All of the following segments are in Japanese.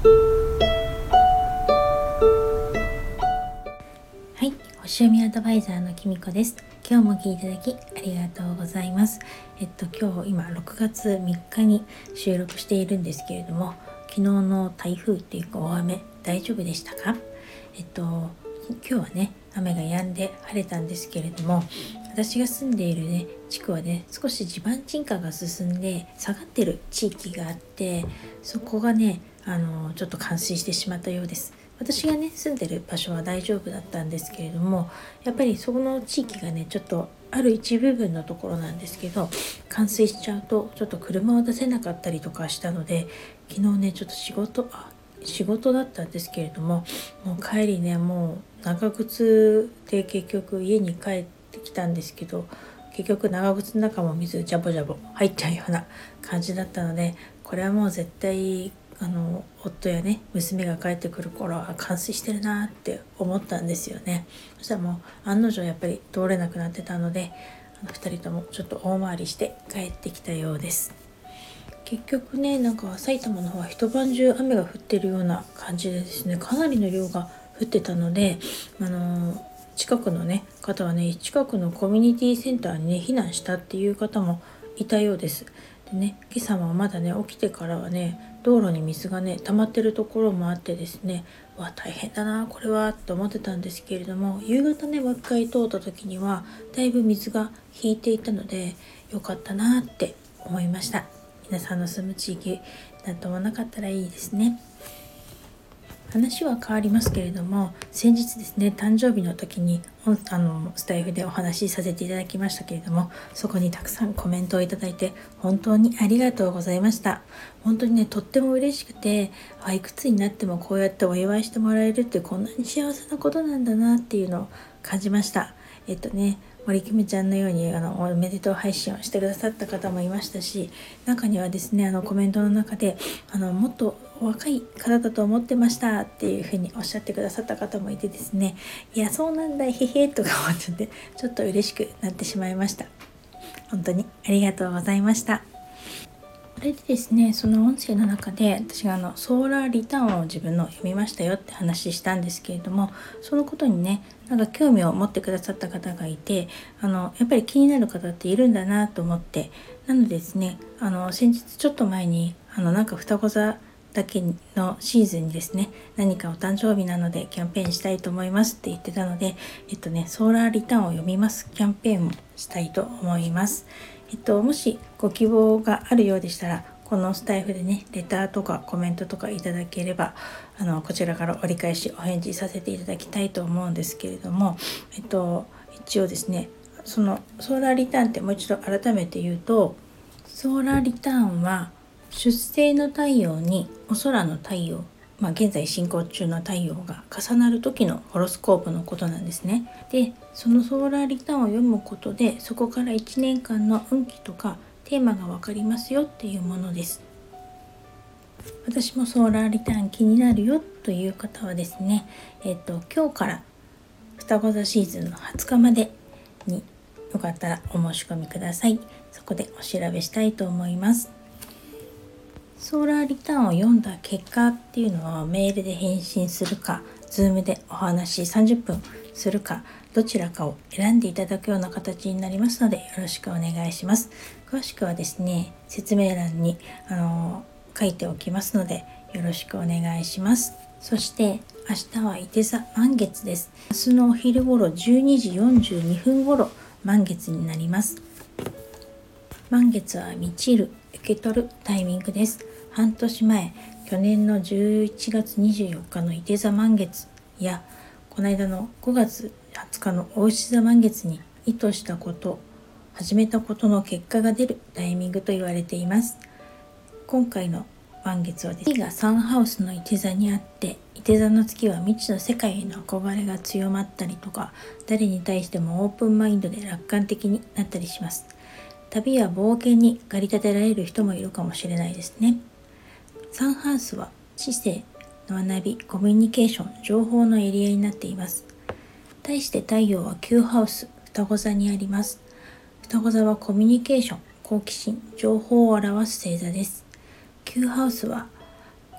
はい、星読みアドバイザーのきみこです。今日も聞いていただきありがとうございます。今日今6月3日に収録しているんですけれども、昨日の台風っていうか大雨大丈夫でしたか？今日はね雨が止んで晴れたんですけれども、私が住んでいるね地区はね少し地盤沈下が進んで下がってる地域があって、そこがねちょっと冠水してしまったようです。私がね住んでる場所は大丈夫だったんですけれども、やっぱりそこの地域がねちょっとある一部分のところなんですけど、冠水しちゃうとちょっと車を出せなかったりとかしたので、昨日ねちょっと仕事だったんですけれども、もう帰りねもう長靴で結局家に帰ってきたんですけど、結局長靴の中も水ジャボジャボ入っちゃうような感じだったので、これはもう絶対夫やね娘が帰ってくる頃は冠水してるなって思ったんですよね。そしたらもう案の定やっぱり通れなくなってたので、2人ともちょっと大回りして帰ってきたようです。結局ねなんか埼玉の方は一晩中雨が降ってるような感じでですね、かなりの量が降ってたので、近くのね方はね近くのコミュニティセンターにね避難したっていう方もいたようです。でね、今朝はまだね起きてからはね道路に水がね溜まってるところもあってですね、大変だなこれはと思ってたんですけれども、夕方ねもう一回通った時にはだいぶ水が引いていたのでよかったなって思いました。皆さんの住む地域なんともなかったらいいですね。話は変わりますけれども、先日ですね誕生日の時にスタイフでお話しさせていただきましたけれども、そこにたくさんコメントをいただいて本当にありがとうございました。本当にねとっても嬉しくて、いくつになってもこうやってお祝いしてもらえるってこんなに幸せなことなんだなっていうのを感じました。森キムちゃんのようにおめでとう配信をしてくださった方もいましたし、中にはですねコメントの中でもっと若い方だと思ってましたっていうふうにおっしゃってくださった方もいてですね、いやそうなんだへへとか思っててちょっと嬉しくなってしまいました。本当にありがとうございました。それでですね、その音声の中で私がソーラーリターンを自分の読みましたよって話したんですけれども、そのことにねなんか興味を持ってくださった方がいて、やっぱり気になる方っているんだなと思って、なのでですね先日ちょっと前になんか双子座だけのシーズンにですね何かお誕生日なのでキャンペーンしたいと思いますって言ってたので、ソーラーリターンを読みますキャンペーンをしたいと思います。もしご希望があるようでしたら、このスタイフでねレターとかコメントとかいただければこちらから折り返しお返事させていただきたいと思うんですけれども、一応ですねそのソーラーリターンってもう一度改めて言うと、ソーラーリターンは出生の太陽にお空の太陽、現在進行中の太陽が重なる時のホロスコープのことなんですね。で、そのソーラーリターンを読むことでそこから1年間の運気とかテーマが分かりますよっていうものです。私もソーラーリターン気になるよという方はですね、今日から双子座シーズンの20日までによかったらお申し込みください。そこでお調べしたいと思います。ソーラーリターンを読んだ結果っていうのはメールで返信するか Zoom でお話30分するかどちらかを選んでいただくような形になりますのでよろしくお願いします。詳しくはですね説明欄に書いておきますのでよろしくお願いします。そして明日は伊手座満月です。明日のお昼頃12時42分頃満月になります。満月は満ちる受け取るタイミングです。半年前、去年の11月24日の伊手座満月やこの間の5月20日の牡牛座満月に意図したこと、始めたことの結果が出るタイミングと言われています。今回の満月は月がサンハウスの伊手座にあって、伊手座の月は未知の世界への憧れが強まったりとか、誰に対してもオープンマインドで楽観的になったりします。旅や冒険に駆り立てられる人もいるかもしれないですね。サンハウスは知性、学び、コミュニケーション、情報のエリアになっています。対して太陽は9ハウス、双子座にあります。双子座はコミュニケーション、好奇心、情報を表す星座です。9ハウスは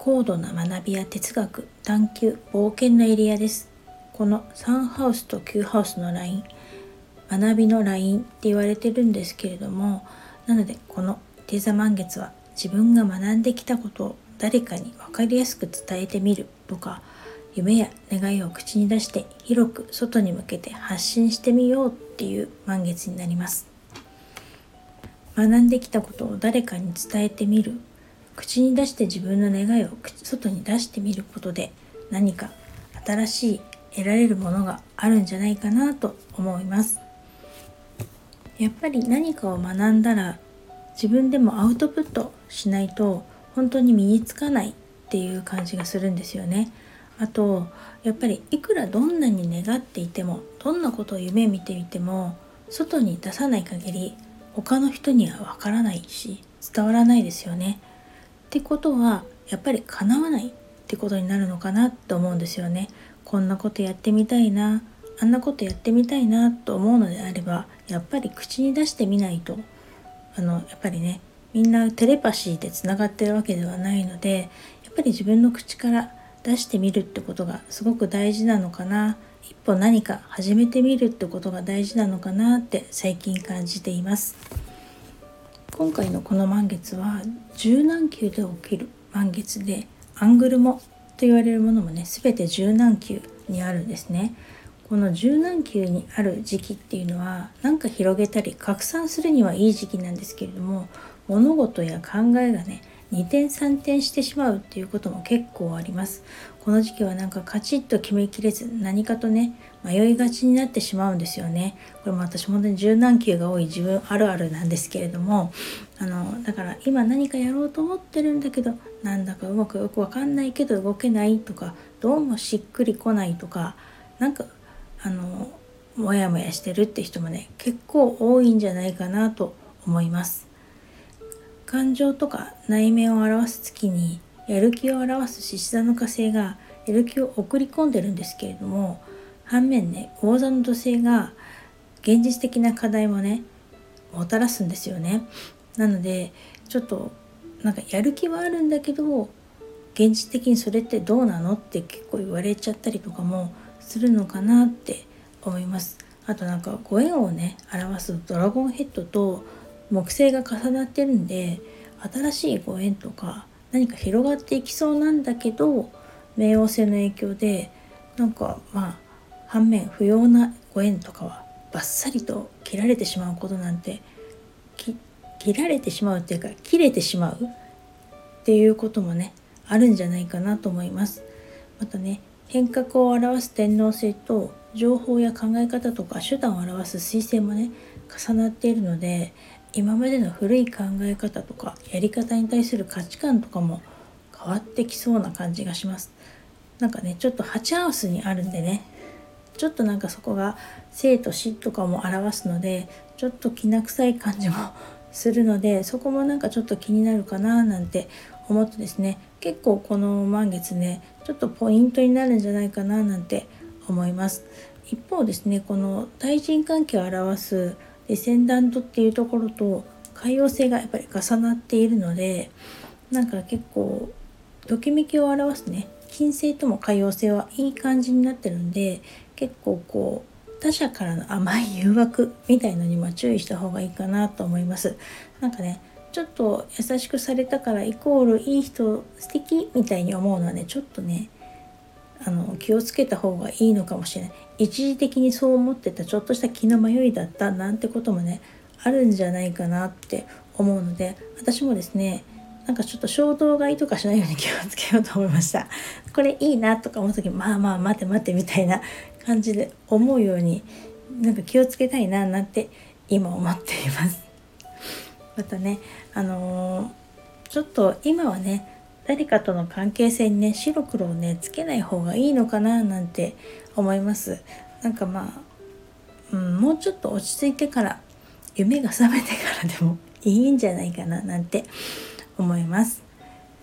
高度な学びや哲学、探求、冒険のエリアです。この3ハウスと9ハウスのライン、学びのラインって言われてるんですけれども、なのでこのいて座満月は自分が学んできたことを誰かに分かりやすく伝えてみるとか、夢や願いを口に出して広く外に向けて発信してみようっていう満月になります。学んできたことを誰かに伝えてみる、口に出して自分の願いを外に出してみることで、何か新しい得られるものがあるんじゃないかなと思います。やっぱり何かを学んだら自分でもアウトプットしないと本当に身につかないっていう感じがするんですよね。あとやっぱりいくらどんなに願っていても、どんなことを夢見ていても、外に出さない限り他の人にはわからないし伝わらないですよね。ってことはやっぱり叶わないってことになるのかなと思うんですよね。こんなことやってみたいな、あんなことやってみたいなと思うのであれば、やっぱり口に出してみないと、やっぱりね、みんなテレパシーでつながってるわけではないので、やっぱり自分の口から出してみるってことがすごく大事なのかな。一歩何か始めてみるってことが大事なのかなって最近感じています。今回のこの満月は十何宮で起きる満月で、アングルモと言われるものもね、全て十何宮にあるんですね。この十何宮にある時期っていうのは、なんか広げたり拡散するにはいい時期なんですけれども、物事や考えがね、二転三転してしまうっていうことも結構あります。この時期はなんかカチッと決めきれず、何かとね迷いがちになってしまうんですよね。これも私本当に十何級が多い自分あるあるなんですけれども、だから今何かやろうと思ってるんだけど、なんだかうまくよくわかんないけど動けないとか、どうもしっくりこないとか、なんかもやもやしてるって人もね結構多いんじゃないかなと思います。感情とか内面を表す月に、やる気を表す獅子座の火星がやる気を送り込んでるんですけれども、反面ね、魚座の土星が現実的な課題もねもたらすんですよね。なのでちょっとなんかやる気はあるんだけど、現実的にそれってどうなのって結構言われちゃったりとかもするのかなって思います。あとなんかご縁をね表すドラゴンヘッドと木星が重なってるんで、新しいご縁とか何か広がっていきそうなんだけど、冥王星の影響でなんか反面不要なご縁とかはバッサリと切られてしまうことなんて、切られてしまうっていうか切れてしまうっていうこともねあるんじゃないかなと思います。またね、変革を表す天王星と情報や考え方とか手段を表す水星もね重なっているので、今までの古い考え方とかやり方に対する価値観とかも変わってきそうな感じがします。なんかねちょっと8ハウスにあるんでね、ちょっとなんかそこが生と死とかも表すので、ちょっときな臭い感じもするので、そこもなんかちょっと気になるかななんて思ってですね、結構この満月ねちょっとポイントになるんじゃないかななんて思います。一方ですね、この対人関係を表すデセンダントっていうところと海王星がやっぱり重なっているので、なんか結構ときめきを表すね金星とも海王星はいい感じになってるんで、結構こう他者からの甘い誘惑みたいのにも注意した方がいいかなと思います。なんかねちょっと優しくされたからイコールいい人素敵みたいに思うのはね、ちょっとね気をつけた方がいいのかもしれない。一時的にそう思ってたちょっとした気の迷いだったなんてこともねあるんじゃないかなって思うので、私もですねなんかちょっと衝動買いとかしないように気をつけようと思いました。これいいなとか思う時、待て待てみたいな感じで思うようになんか気をつけたいななんて今思っています。またねちょっと今はね誰かとの関係性にね白黒をねつけない方がいいのかななんて思います。なんかもうちょっと落ち着いてから、夢が覚めてからでもいいんじゃないかななんて思います。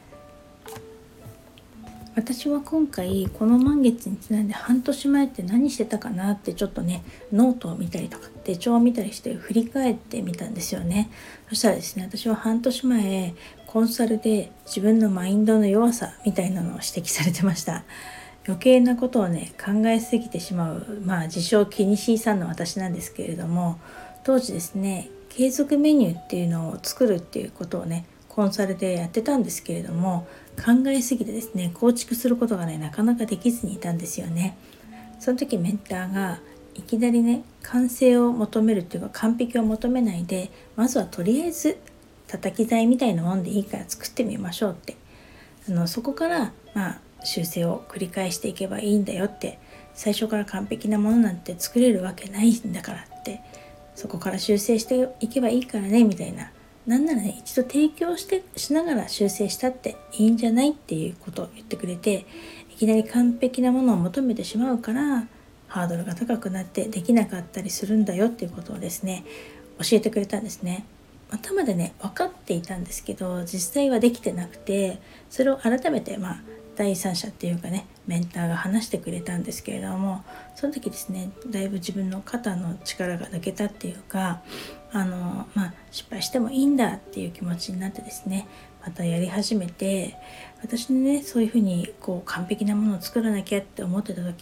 私は今回この満月にちなんで半年前って何してたかなってちょっとねノートを見たりとか手帳を見たりして振り返ってみたんですよね。そしたらですね、私は半年前コンサルで自分のマインドの弱さみたいなのを指摘されてました。余計なことをね考えすぎてしまう、自称気にしいさんの私なんですけれども、当時ですね継続メニューっていうのを作るっていうことをねコンサルでやってたんですけれども、考えすぎてですね構築することがねなかなかできずにいたんですよね。その時メンターがいきなりね完成を求めるっていうか完璧を求めないで、まずはとりあえず叩き台みたいなもんでいいから作ってみましょうって、そこから修正を繰り返していけばいいんだよって、最初から完璧なものなんて作れるわけないんだからって、そこから修正していけばいいからねみたいな、なんならね一度提供しながら修正したっていいんじゃないっていうことを言ってくれて、いきなり完璧なものを求めてしまうからハードルが高くなってできなかったりするんだよっていうことをですね教えてくれたんですね。頭でね分かっていたんですけど実際はできてなくて、それを改めて第三者っていうかねメンターが話してくれたんですけれども、その時ですねだいぶ自分の肩の力が抜けたっていうか、失敗してもいいんだっていう気持ちになってですね、またやり始めて、私ねそういうふうに完璧なものを作らなきゃって思ってた時って、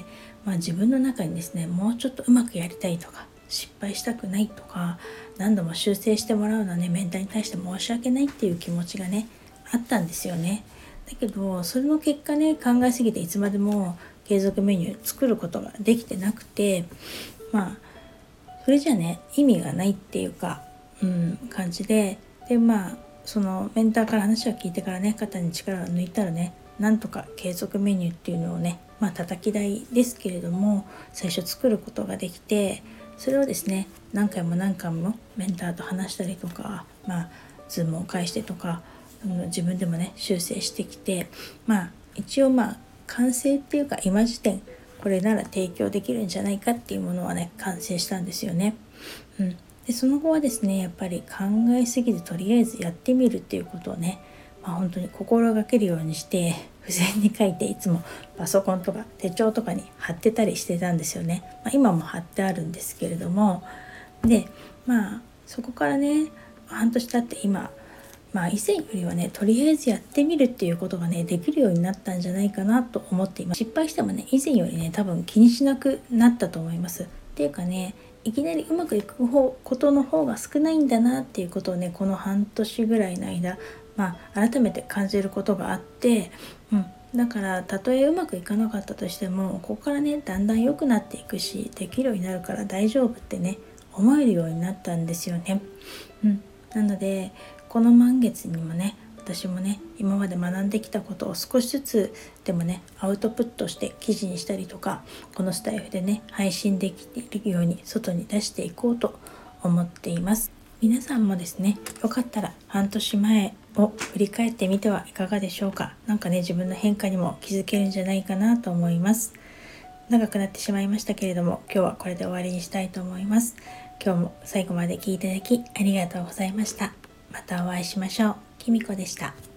自分の中にですねもうちょっとうまくやりたいとか失敗したくないとか、何度も修正してもらうのはねメンターに対して申し訳ないっていう気持ちがねあったんですよね。だけどそれの結果ね考えすぎていつまでも継続メニュー作ることができてなくて、それじゃね意味がないっていうか、感じで、そのメンターから話を聞いてからね肩に力を抜いたらね、なんとか継続メニューっていうのをね叩き台ですけれども最初作ることができて、それをですね何回も何回もメンターと話したりとか、ズームを介してとか、自分でもね修正してきて、一応完成っていうか今時点これなら提供できるんじゃないかっていうものはね完成したんですよね。でその後はですねやっぱり考えすぎてとりあえずやってみるっていうことをね、本当に心がけるようにして付箋に書いていつもパソコンとか手帳とかに貼ってたりしてたんですよね。今も貼ってあるんですけれども、でそこからね半年経って今以前よりはねとりあえずやってみるっていうことがねできるようになったんじゃないかなと思っています。失敗してもね以前よりね多分気にしなくなったと思います。っていうかねいきなりうまくいくことの方が少ないんだなっていうことをねこの半年ぐらいの間、改めて感じることがあって、だからたとえうまくいかなかったとしてもここからねだんだん良くなっていくしできるようになるから大丈夫ってね思えるようになったんですよね。なのでこの満月にもね私もね今まで学んできたことを少しずつでもねアウトプットして記事にしたりとか、このスタイフでね配信できているように外に出していこうと思っています。皆さんもですねよかったら半年前を振り返ってみてはいかがでしょうか。自分の変化にも気づけるんじゃないかなと思います。長くなってしまいましたけれども今日はこれで終わりにしたいと思います。今日も最後まで聞いていただきありがとうございました。またお会いしましょう。きみこでした。